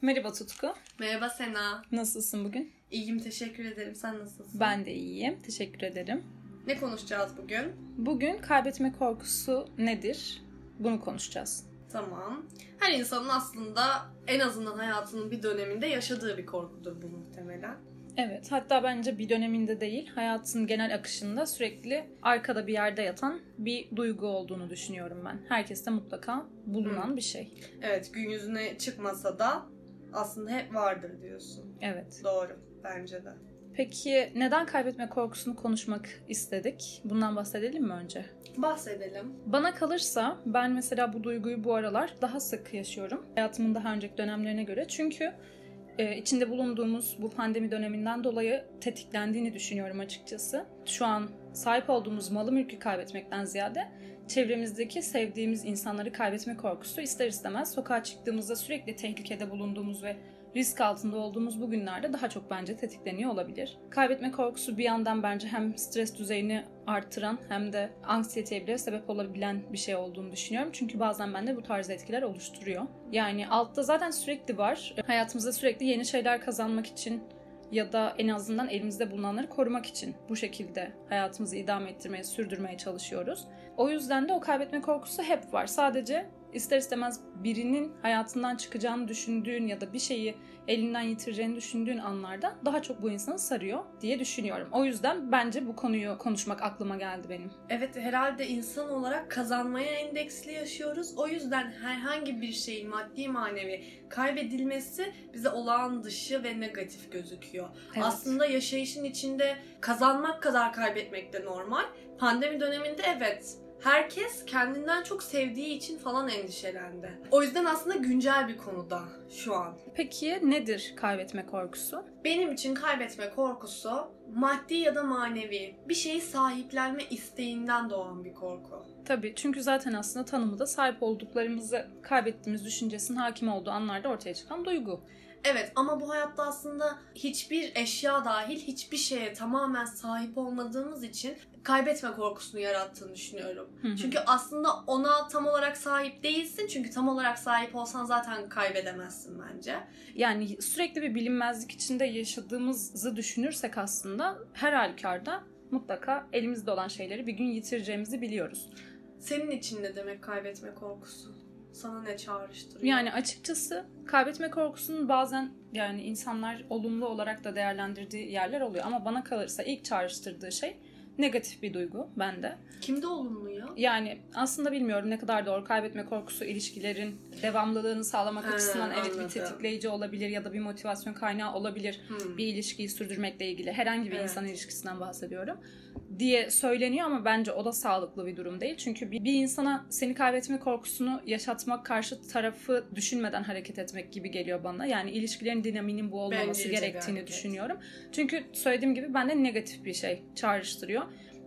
Merhaba Tutku. Merhaba Sena. Nasılsın bugün? İyiyim, teşekkür ederim. Sen nasılsın? Ben de iyiyim. Teşekkür ederim. Ne konuşacağız bugün? Bugün kaybetme korkusu nedir? Bunu konuşacağız. Tamam. Her insanın aslında en azından hayatının bir döneminde yaşadığı bir korkudur bu muhtemelen. Evet, hatta bence bir döneminde değil, hayatın genel akışında sürekli arkada bir yerde yatan bir duygu olduğunu düşünüyorum ben. Herkeste mutlaka bulunan bir şey. Evet, gün yüzüne çıkmasa da aslında hep vardır diyorsun. Evet. Doğru, bence de. Peki neden kaybetme korkusunu konuşmak istedik? Bundan bahsedelim mi önce? Bahsedelim. Bana kalırsa ben mesela bu duyguyu bu aralar daha sık yaşıyorum. Hayatımın daha önceki dönemlerine göre. Çünkü içinde bulunduğumuz bu pandemi döneminden dolayı tetiklendiğini düşünüyorum açıkçası. Şu an sahip olduğumuz malı mülkü kaybetmekten ziyade çevremizdeki sevdiğimiz insanları kaybetme korkusu ister istemez sokağa çıktığımızda sürekli tehlikede bulunduğumuz ve risk altında olduğumuz bu günlerde daha çok bence tetikleniyor olabilir. Kaybetme korkusu bir yandan bence hem stres düzeyini arttıran hem de anksiyeteye bile sebep olabilen bir şey olduğunu düşünüyorum. Çünkü bazen bende bu tarz etkiler oluşturuyor. Yani altta zaten sürekli var. Hayatımızda sürekli yeni şeyler kazanmak için ya da en azından elimizde bulunanları korumak için bu şekilde hayatımızı idame ettirmeye, sürdürmeye çalışıyoruz. O yüzden de o kaybetme korkusu hep var. Sadece ister istemez birinin hayatından çıkacağını düşündüğün ya da bir şeyi elinden yitireceğini düşündüğün anlarda daha çok bu insanı sarıyor diye düşünüyorum. O yüzden bence bu konuyu konuşmak aklıma geldi benim. Evet, herhalde insan olarak kazanmaya endeksli yaşıyoruz. O yüzden herhangi bir şeyin maddi manevi kaybedilmesi bize olağan dışı ve negatif gözüküyor. Evet. Aslında yaşayışın içinde kazanmak kadar kaybetmek de normal. Pandemi döneminde evet, herkes kendinden çok sevdiği için falan endişelendi. O yüzden aslında güncel bir konuda şu an. Peki nedir kaybetme korkusu? Benim için kaybetme korkusu maddi ya da manevi bir şeyi sahiplenme isteğinden doğan bir korku. Tabii, çünkü zaten aslında tanımı da sahip olduklarımızı kaybettiğimiz düşüncesinin hakim olduğu anlarda ortaya çıkan duygu. Evet, ama bu hayatta aslında hiçbir eşya dahil hiçbir şeye tamamen sahip olmadığımız için kaybetme korkusunu yarattığını düşünüyorum. Çünkü aslında ona tam olarak sahip değilsin. Çünkü tam olarak sahip olsan zaten kaybedemezsin bence. Yani sürekli bir bilinmezlik içinde yaşadığımızı düşünürsek aslında her halükarda mutlaka elimizde olan şeyleri bir gün yitireceğimizi biliyoruz. Senin için ne demek kaybetme korkusu? Sana ne çağrıştırıyor? Yani açıkçası kaybetme korkusunun bazen yani insanlar olumlu olarak da değerlendirdiği yerler oluyor. Ama bana kalırsa ilk çağrıştırdığı şey negatif bir duygu bende. Kimde olumlu ya? Yani aslında bilmiyorum ne kadar doğru. Kaybetme korkusu ilişkilerin devamlılığını sağlamak açısından evet anladım. bir tetikleyici olabilir ya da bir motivasyon kaynağı olabilir. Bir ilişkiyi sürdürmekle ilgili herhangi bir insan ilişkisinden bahsediyorum diye söyleniyor ama bence o da sağlıklı bir durum değil. Çünkü bir insana seni kaybetme korkusunu yaşatmak, karşı tarafı düşünmeden hareket etmek gibi geliyor bana. Yani ilişkilerin dinamiğinin bu olmaması gerektiğini düşünüyorum. Çünkü söylediğim gibi bende negatif bir şey çağrıştırıyor.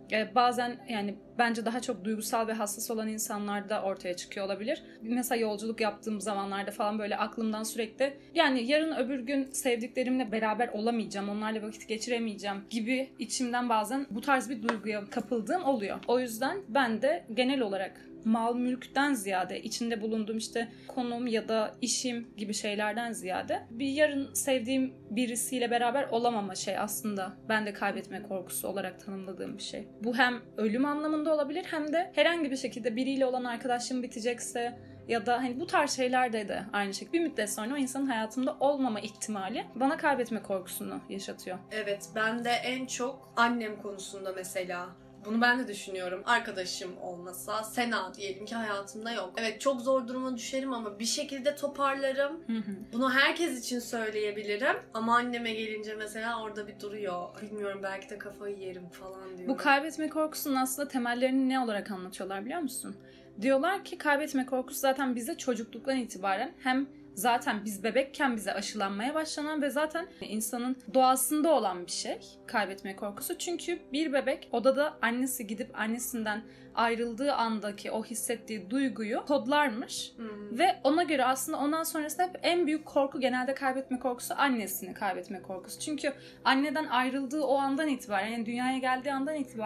Bazen yani bence daha çok duygusal ve hassas olan insanlarda ortaya çıkıyor olabilir. Mesela yolculuk yaptığım zamanlarda falan böyle aklımdan sürekli yani yarın öbür gün sevdiklerimle beraber olamayacağım, onlarla vakit geçiremeyeceğim gibi içimden bazen bu tarz bir duyguya kapıldığım oluyor. O yüzden ben de genel olarak mal mülkten ziyade içinde bulunduğum işte konum ya da işim gibi şeylerden ziyade bir yarın sevdiğim birisiyle beraber olamama şey aslında ben de kaybetme korkusu olarak tanımladığım bir şey. Bu hem ölüm anlamında olabilir hem de herhangi bir şekilde biriyle olan arkadaşlığım bitecekse ya da hani bu tarz şeylerde de aynı şekilde bir müddet sonra o insanın hayatımda olmama ihtimali bana kaybetme korkusunu yaşatıyor. Evet, ben de en çok annem konusunda mesela bunu ben de düşünüyorum. Arkadaşım olmasa, Sena diyelim ki hayatımda yok. Evet, çok zor duruma düşerim ama bir şekilde toparlarım. Bunu herkes için söyleyebilirim. Ama anneme gelince mesela orada bir duruyor. Bilmiyorum, belki de kafayı yerim falan diyorum. Bu kaybetme korkusunun aslında temellerini ne olarak anlatıyorlar biliyor musun? Diyorlar ki kaybetme korkusu zaten bize çocukluktan itibaren hem zaten biz bebekken bize aşılanmaya başlanan ve zaten insanın doğasında olan bir şey kaybetme korkusu. Çünkü bir bebek odada annesi gidip annesinden ayrıldığı andaki o hissettiği duyguyu kodlarmış. Ve ona göre aslında ondan sonrasında hep en büyük korku genelde kaybetme korkusu annesini kaybetme korkusu. Çünkü anneden ayrıldığı o andan itibaren yani dünyaya geldiği andan itibaren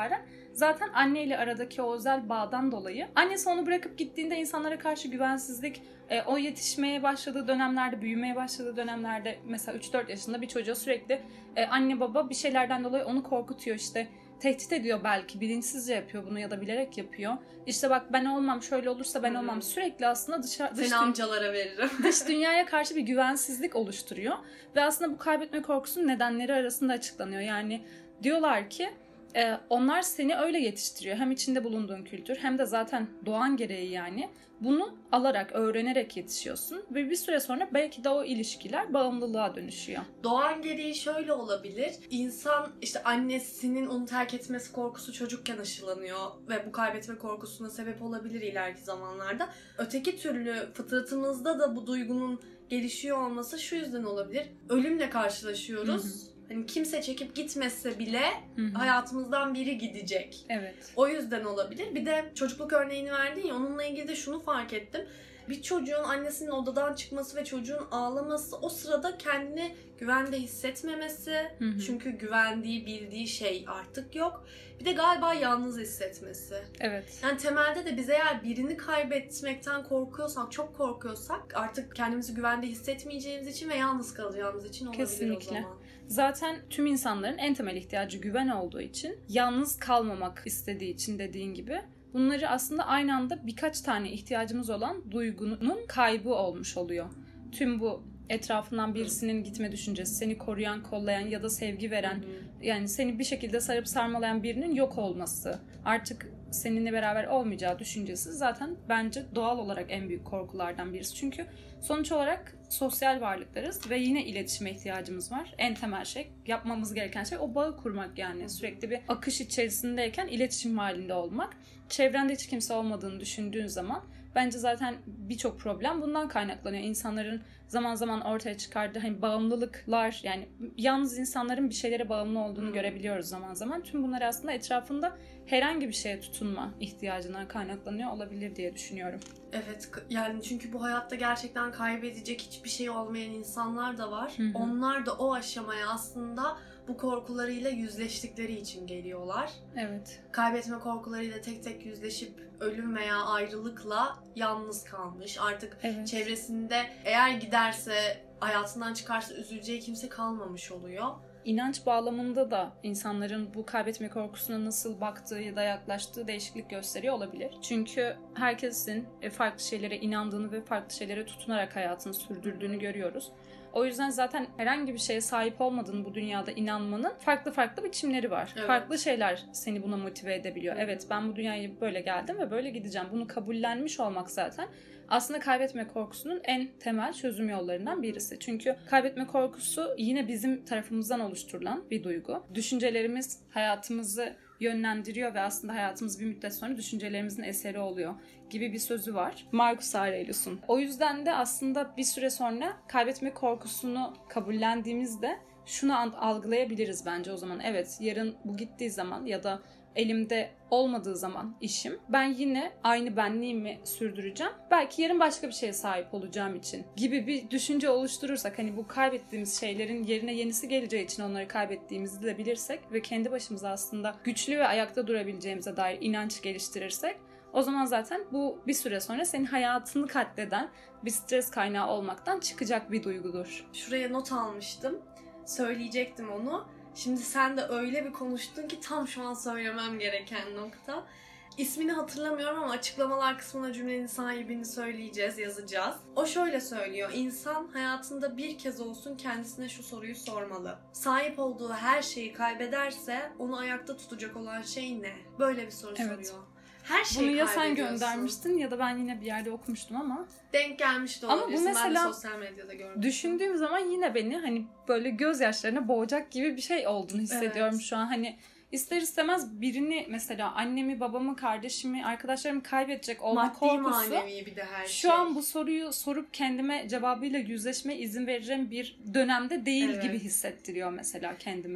zaten anneyle aradaki o özel bağdan dolayı annesi onu bırakıp gittiğinde insanlara karşı güvensizlik, o yetişmeye başladığı dönemlerde, büyümeye başladığı dönemlerde mesela 3-4 yaşında bir çocuğa sürekli anne baba bir şeylerden dolayı onu korkutuyor, işte tehdit ediyor, belki bilinçsizce yapıyor bunu ya da bilerek yapıyor. İşte bak ben olmam, şöyle olursa ben olmam, sürekli aslında seni amcalara veririm. Dış dünyaya karşı bir güvensizlik oluşturuyor ve aslında bu kaybetme korkusunun nedenleri arasında açıklanıyor. Yani diyorlar ki onlar seni öyle yetiştiriyor, hem içinde bulunduğun kültür hem de zaten doğan gereği, yani bunu alarak, öğrenerek yetişiyorsun ve bir süre sonra belki de o ilişkiler bağımlılığa dönüşüyor. Doğan gereği şöyle olabilir. İnsan işte annesinin onu terk etmesi korkusu çocukken aşılanıyor ve bu kaybetme korkusuna sebep olabilir ileriki zamanlarda. Öteki türlü fıtratımızda da bu duygunun gelişiyor olması şu yüzden olabilir. Ölümle karşılaşıyoruz. Hani kimse çekip gitmese bile hayatımızdan biri gidecek. Evet. O yüzden olabilir. Bir de çocukluk örneğini verdin ya, onunla ilgili de şunu fark ettim. Bir çocuğun annesinin odadan çıkması ve çocuğun ağlaması, o sırada kendini güvende hissetmemesi. Çünkü güvendiği, bildiği şey artık yok. Bir de galiba yalnız hissetmesi. Evet. Yani temelde de biz eğer birini kaybetmekten korkuyorsak, çok korkuyorsak artık kendimizi güvende hissetmeyeceğimiz için ve yalnız kalacağımız için olabilir. Kesinlikle. O zaman. Zaten tüm insanların en temel ihtiyacı güven olduğu için, yalnız kalmamak istediği için dediğin gibi, bunları aslında aynı anda birkaç tane ihtiyacımız olan duygunun kaybı olmuş oluyor. Tüm bu etrafından birisinin gitme düşüncesi, seni koruyan, kollayan ya da sevgi veren, yani seni bir şekilde sarıp sarmalayan birinin yok olması, artık seninle beraber olmayacağı düşüncesi zaten bence doğal olarak en büyük korkulardan birisi. Çünkü sonuç olarak sosyal varlıklarız ve yine iletişime ihtiyacımız var. En temel şey, yapmamız gereken şey o bağı kurmak, yani sürekli bir akış içerisindeyken iletişim halinde olmak. Çevrende hiç kimse olmadığını düşündüğün zaman bence zaten birçok problem bundan kaynaklanıyor. İnsanların zaman zaman ortaya çıkardığı hani bağımlılıklar, yani yalnız insanların bir şeylere bağımlı olduğunu görebiliyoruz zaman zaman. Tüm bunlar aslında etrafında herhangi bir şeye tutunma ihtiyacından kaynaklanıyor olabilir diye düşünüyorum. Evet, yani çünkü bu hayatta gerçekten kaybedecek hiçbir şey olmayan insanlar da var. Onlar da o aşamaya aslında bu korkularıyla yüzleştikleri için geliyorlar. Evet. Kaybetme korkularıyla tek tek yüzleşip ölüm veya ayrılıkla yalnız kalmış. Artık çevresinde eğer giderse, hayatından çıkarsa üzüleceği kimse kalmamış oluyor. İnanç bağlamında da insanların bu kaybetme korkusuna nasıl baktığı ya da yaklaştığı değişiklik gösteriyor olabilir. Çünkü herkesin farklı şeylere inandığını ve farklı şeylere tutunarak hayatını sürdürdüğünü görüyoruz. O yüzden zaten herhangi bir şeye sahip olmadığın bu dünyada inanmanın farklı farklı biçimleri var. Evet. Farklı şeyler seni buna motive edebiliyor. Evet, ben bu dünyaya böyle geldim ve böyle gideceğim. Bunu kabullenmiş olmak zaten aslında kaybetme korkusunun en temel çözüm yollarından birisi. Çünkü kaybetme korkusu yine bizim tarafımızdan oluşturulan bir duygu. Düşüncelerimiz hayatımızı yönlendiriyor ve aslında hayatımız bir müddet sonra düşüncelerimizin eseri oluyor gibi bir sözü var Marcus Aurelius'un. O yüzden de aslında bir süre sonra kaybetme korkusunu kabullendiğimizde şunu algılayabiliriz bence o zaman. Evet, yarın bu gittiği zaman ya da elimde olmadığı zaman işim, ben yine aynı benliğimi sürdüreceğim. Belki yarın başka bir şeye sahip olacağım için gibi bir düşünce oluşturursak, hani bu kaybettiğimiz şeylerin yerine yenisi geleceği için onları kaybettiğimizi de bilirsek ve kendi başımıza aslında güçlü ve ayakta durabileceğimize dair inanç geliştirirsek, o zaman zaten bu bir süre sonra senin hayatını katleden bir stres kaynağı olmaktan çıkacak bir duygudur. Şuraya not almıştım. Söyleyecektim onu. Şimdi sen de öyle bir konuştun ki tam şu an söylemem gereken nokta. İsmini hatırlamıyorum ama açıklamalar kısmına cümlenin sahibini söyleyeceğiz, yazacağız. O şöyle söylüyor: İnsan hayatında bir kez olsun kendisine şu soruyu sormalı. Sahip olduğu her şeyi kaybederse onu ayakta tutacak olan şey ne? Böyle bir soru soruyor. Her şeyi bunu ya sen göndermiştin ya da ben yine bir yerde okumuştum ama. Denk gelmiş de olabilirsin. Ama bu mesela, ben de sosyal medyada görmüştüm. Düşündüğüm zaman yine beni hani böyle gözyaşlarına boğacak gibi bir şey olduğunu hissediyorum şu an. Hani ister istemez birini, mesela annemi, babamı, kardeşimi, arkadaşlarımı kaybedecek olma maddi, korkusu. manevi bir de her şey. Şu an bu soruyu sorup kendime cevabıyla yüzleşmeye izin vereceğim bir dönemde değil gibi hissettiriyor mesela kendime.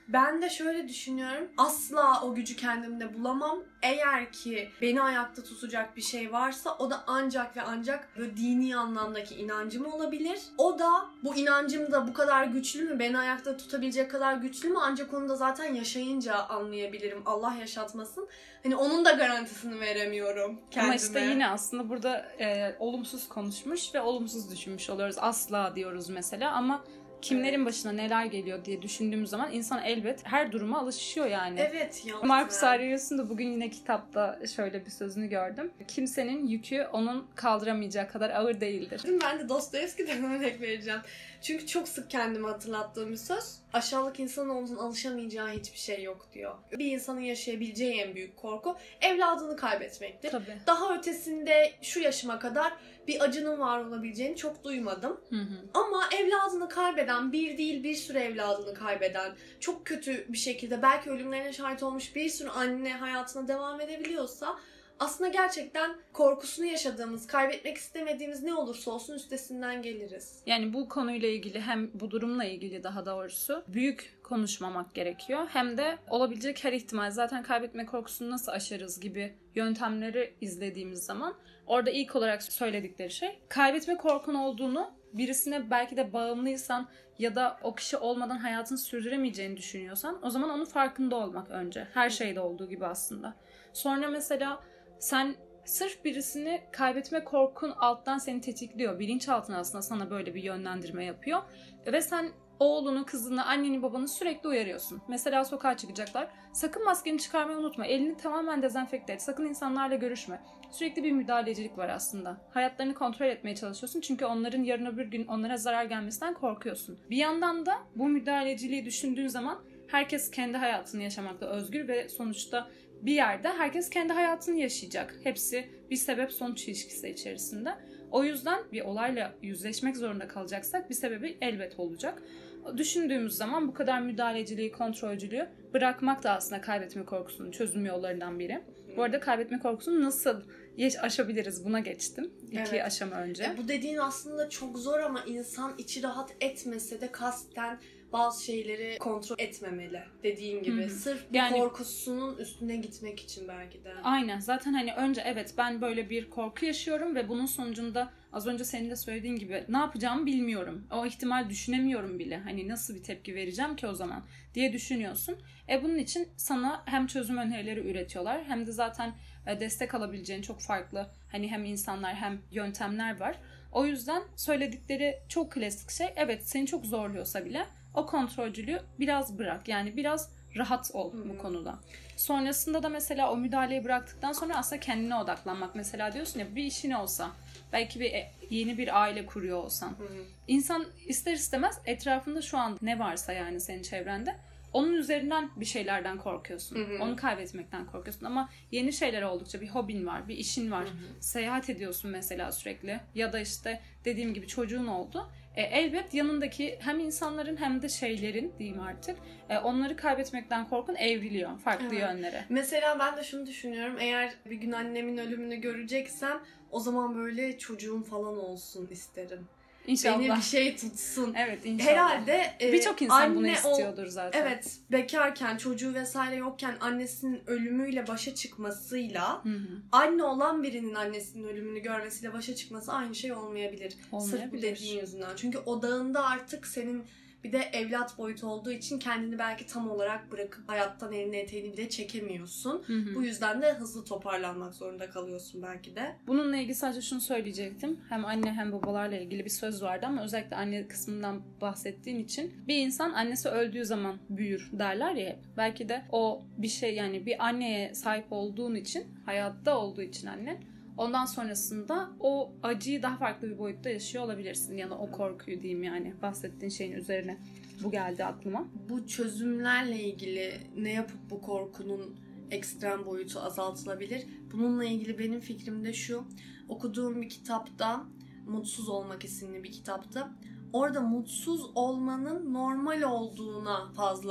Ben de şöyle düşünüyorum. Asla o gücü kendimde bulamam. Eğer ki beni ayakta tutacak bir şey varsa o da ancak ve ancak böyle dini anlamdaki inancım olabilir. O da bu inancım da bu kadar güçlü mü? Beni ayakta tutabilecek kadar güçlü mü? Ancak onu da zaten yaşayınca anlayabilirim. Allah yaşatmasın. Hani onun da garantisini veremiyorum kendime. Ama işte yine aslında burada olumsuz konuşmuş ve olumsuz düşünmüş oluyoruz. Asla diyoruz mesela ama kimlerin başına neler geliyor diye düşündüğümüz zaman insan elbet her duruma alışıyor yani. Evet ya. Marcus Aurelius'un da bugün yine kitapta şöyle bir sözünü gördüm. Kimsenin yükü onun kaldıramayacağı kadar ağır değildir. Ben de Dostoyevski'den örnek vereceğim. Çünkü çok sık kendime hatırlattığım bir söz. Aşağılık insanoğlunun alışamayacağı hiçbir şey yok diyor. Bir insanın yaşayabileceği en büyük korku evladını kaybetmektir. Tabii. Daha ötesinde şu yaşıma kadar bir acının var olabileceğini çok duymadım. Ama evladını kaybeden, bir değil bir sürü evladını kaybeden, çok kötü bir şekilde belki ölümlerine şahit olmuş bir sürü anne hayatına devam edebiliyorsa aslında gerçekten korkusunu yaşadığımız, kaybetmek istemediğimiz ne olursa olsun üstesinden geliriz. Yani bu konuyla ilgili hem bu durumla ilgili daha doğrusu büyük konuşmamak gerekiyor. Hem de olabilecek her ihtimal zaten kaybetme korkusunu nasıl aşarız gibi yöntemleri izlediğimiz zaman orada ilk olarak söyledikleri şey kaybetme korkun olduğunu, birisine belki de bağımlıysan ya da o kişi olmadan hayatını sürdüremeyeceğini düşünüyorsan o zaman onun farkında olmak önce. Her şeyde olduğu gibi aslında. Sonra mesela sen sırf birisini kaybetme korkun alttan seni tetikliyor. Bilinçaltına aslında sana böyle bir yönlendirme yapıyor. Ve sen oğlunu, kızını, anneni, babanı sürekli uyarıyorsun. Mesela sokağa çıkacaklar. Sakın maskeni çıkarmayı unutma. Elini tamamen dezenfekte et. Sakın insanlarla görüşme. Sürekli bir müdahalecilik var aslında. Hayatlarını kontrol etmeye çalışıyorsun. Çünkü onların yarın öbür gün onlara zarar gelmesinden korkuyorsun. Bir yandan da bu müdahaleciliği düşündüğün zaman herkes kendi hayatını yaşamakta özgür ve sonuçta bir yerde herkes kendi hayatını yaşayacak. Hepsi bir sebep-sonuç ilişkisi içerisinde. O yüzden bir olayla yüzleşmek zorunda kalacaksak bir sebebi elbet olacak. Düşündüğümüz zaman bu kadar müdahaleciliği, kontrolcülüğü bırakmak da aslında kaybetme korkusunun çözüm yollarından biri. Bu arada kaybetme korkusunu nasıl aşabiliriz buna geçtim. İki aşama önce. Bu dediğin aslında çok zor ama insan içi rahat etmese de kasten bazı şeyleri kontrol etmemeli. Dediğin gibi. Sırf bu korkusunun üstüne gitmek için belki de. Aynen. Zaten hani önce evet ben böyle bir korku yaşıyorum ve bunun sonucunda az önce senin de söylediğin gibi ne yapacağımı bilmiyorum. O ihtimal düşünemiyorum bile. Hani nasıl bir tepki vereceğim ki o zaman diye düşünüyorsun. Bunun için sana hem çözüm önerileri üretiyorlar hem de zaten destek alabileceğin çok farklı hani hem insanlar hem yöntemler var. O yüzden söyledikleri çok klasik şey evet seni çok zorluyorsa bile o kontrolcülüğü biraz bırak. Yani biraz rahat ol bu konuda. Sonrasında da mesela o müdahaleyi bıraktıktan sonra aslında kendine odaklanmak. Mesela diyorsun ya bir işin olsa, belki yeni bir aile kuruyor olsan. İnsan ister istemez etrafında şu an ne varsa yani senin çevrende onun üzerinden bir şeylerden korkuyorsun. Onu kaybetmekten korkuyorsun ama yeni şeyler oldukça bir hobin var, bir işin var. Seyahat ediyorsun mesela sürekli ya da işte dediğim gibi çocuğun oldu. Elbet yanındaki hem insanların hem de şeylerin diyeyim artık onları kaybetmekten korkun evriliyor farklı yönlere. Mesela ben de şunu düşünüyorum. Eğer bir gün annemin ölümünü göreceksem o zaman böyle çocuğum falan olsun isterim. İnşallah. Beni bir şey tutsun. Evet inşallah. Herhalde birçok insan bunu istiyordur zaten. Evet. Bekarken, çocuğu vesaire yokken annesinin ölümüyle başa çıkmasıyla anne olan birinin annesinin ölümünü görmesiyle başa çıkması aynı şey olmayabilir. Sırf bu dediğin yüzünden. Çünkü odağında artık senin bir de evlat boyutu olduğu için kendini belki tam olarak bırakıp hayattan elini eteğini bile çekemiyorsun. Bu yüzden de hızlı toparlanmak zorunda kalıyorsun belki de. Bununla ilgili sadece şunu söyleyecektim. Hem anne hem babalarla ilgili bir söz vardı ama özellikle anne kısmından bahsettiğin için bir insan annesi öldüğü zaman büyür derler ya hep. Belki de o bir şey yani bir anneye sahip olduğun için, hayatta olduğu için annen ondan sonrasında o acıyı daha farklı bir boyutta yaşıyor olabilirsin. Yani o korkuyu diyeyim yani bahsettiğin şeyin üzerine bu geldi aklıma. Bu çözümlerle ilgili ne yapıp bu korkunun ekstrem boyutu azaltılabilir? Bununla ilgili benim fikrim de şu. Okuduğum bir kitapta, Mutsuz Olmak isimli bir kitapta, orada mutsuz olmanın normal olduğuna fazla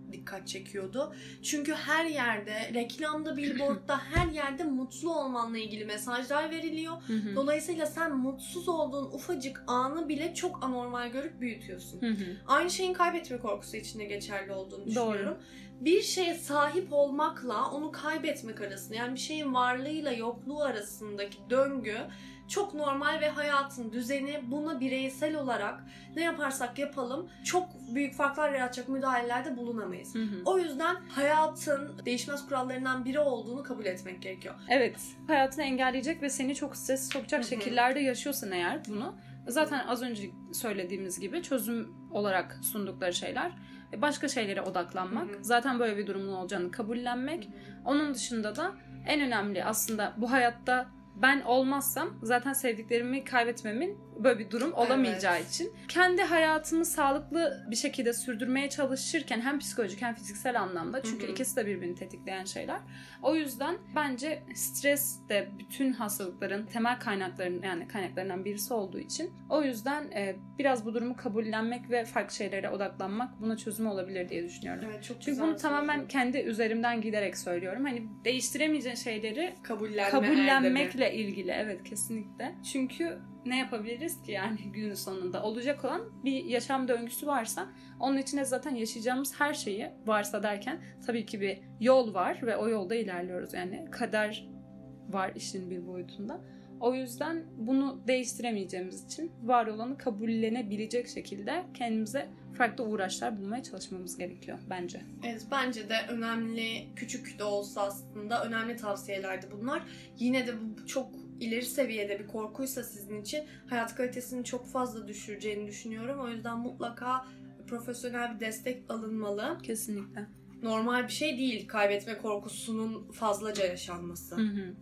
dikkat çekiyordu. Çünkü her yerde, reklamda, billboardda, her yerde mutlu olmanla ilgili mesajlar veriliyor. Dolayısıyla sen mutsuz olduğun ufacık anı bile çok anormal görüp büyütüyorsun. Aynı şeyin kaybetme korkusu için de geçerli olduğunu düşünüyorum. Doğru. Bir şeye sahip olmakla onu kaybetmek arasında, yani bir şeyin varlığıyla yokluğu arasındaki döngü çok normal ve hayatın düzeni, buna bireysel olarak ne yaparsak yapalım çok büyük farklar yaratacak müdahalelerde bulunamayız. O yüzden hayatın değişmez kurallarından biri olduğunu kabul etmek gerekiyor. Evet, hayatını engelleyecek ve seni çok stres sokacak şekillerde yaşıyorsan eğer bunu, zaten az önce söylediğimiz gibi çözüm olarak sundukları şeyler, başka şeylere odaklanmak, zaten böyle bir durumun olacağını kabullenmek. Onun dışında da en önemli aslında bu hayatta ben olmazsam zaten sevdiklerimi kaybetmemin böyle bir durum olamayacağı için kendi hayatımı sağlıklı bir şekilde sürdürmeye çalışırken hem psikolojik hem fiziksel anlamda, çünkü ikisi de birbirini tetikleyen şeyler. O yüzden bence stres de bütün hastalıkların temel kaynaklarından birisi olduğu için o yüzden biraz bu durumu kabullenmek ve farklı şeylere odaklanmak buna çözüm olabilir diye düşünüyorum. Evet, çok çünkü bunu tamamen kendi üzerimden giderek söylüyorum. Hani değiştiremeyeceğin şeyleri kabullenmekle ilgili. Evet, kesinlikle. Çünkü ne yapabiliriz ki yani günün sonunda? Olacak olan bir yaşam döngüsü varsa onun içine zaten yaşayacağımız her şeyi, varsa derken tabii ki bir yol var ve o yolda ilerliyoruz. Yani kader var işin bir boyutunda. O yüzden bunu değiştiremeyeceğimiz için var olanı kabullenebilecek şekilde kendimize farklı uğraşlar bulmaya çalışmamız gerekiyor bence. Evet, bence de önemli, küçük de olsa aslında önemli tavsiyelerdi bunlar. Yine de bu çok ileri seviyede bir korkuysa sizin için hayat kalitesini çok fazla düşüreceğini düşünüyorum. O yüzden mutlaka profesyonel bir destek alınmalı. Kesinlikle. Normal bir şey değil kaybetme korkusunun fazlaca yaşanması.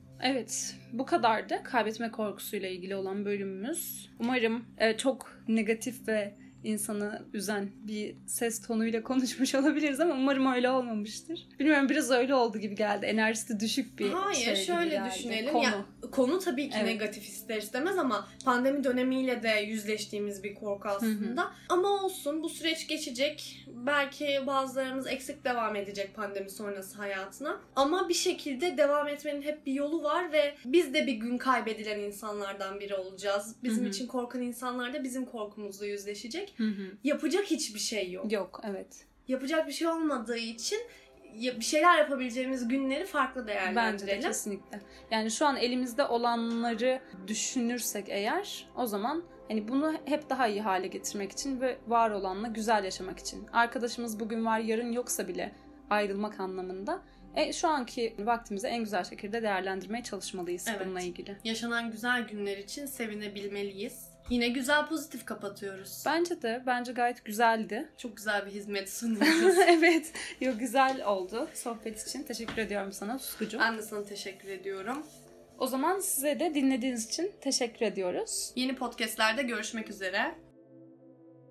Evet, bu kadardı kaybetme korkusuyla ilgili olan bölümümüz. Umarım çok negatif ve insanı üzen bir ses tonuyla konuşmuş olabiliriz ama umarım öyle olmamıştır. Bilmiyorum, biraz öyle oldu gibi geldi. Enerjisi düşük bir Hayır, şöyle düşünelim. Konu tabii ki negatif ister istemez ama pandemi dönemiyle de yüzleştiğimiz bir korku aslında. Ama olsun, bu süreç geçecek. Belki bazılarımız eksik devam edecek pandemi sonrası hayatına. Ama bir şekilde devam etmenin hep bir yolu var ve biz de bir gün kaybedilen insanlardan biri olacağız. Bizim için korkan insanlar da bizim korkumuzla yüzleşecek. Yapacak hiçbir şey yok. Yok, evet. Yapacak bir şey olmadığı için bir şeyler yapabileceğimiz günleri farklı değerlendirelim. Bence de kesinlikle. Yani şu an elimizde olanları düşünürsek eğer, o zaman hani bunu hep daha iyi hale getirmek için ve var olanla güzel yaşamak için. Arkadaşımız bugün var, yarın yoksa bile ayrılmak anlamında. Şu anki vaktimizi en güzel şekilde değerlendirmeye çalışmalıyız bununla ilgili. Yaşanan güzel günler için sevinebilmeliyiz. Yine güzel, pozitif kapatıyoruz. Bence de. Bence gayet güzeldi. Çok güzel bir hizmet sunuyoruz. Evet. Güzel oldu sohbet için. Teşekkür ediyorum sana Tutkucuğum. Ben de sana teşekkür ediyorum. O zaman size de dinlediğiniz için teşekkür ediyoruz. Yeni podcastlerde görüşmek üzere.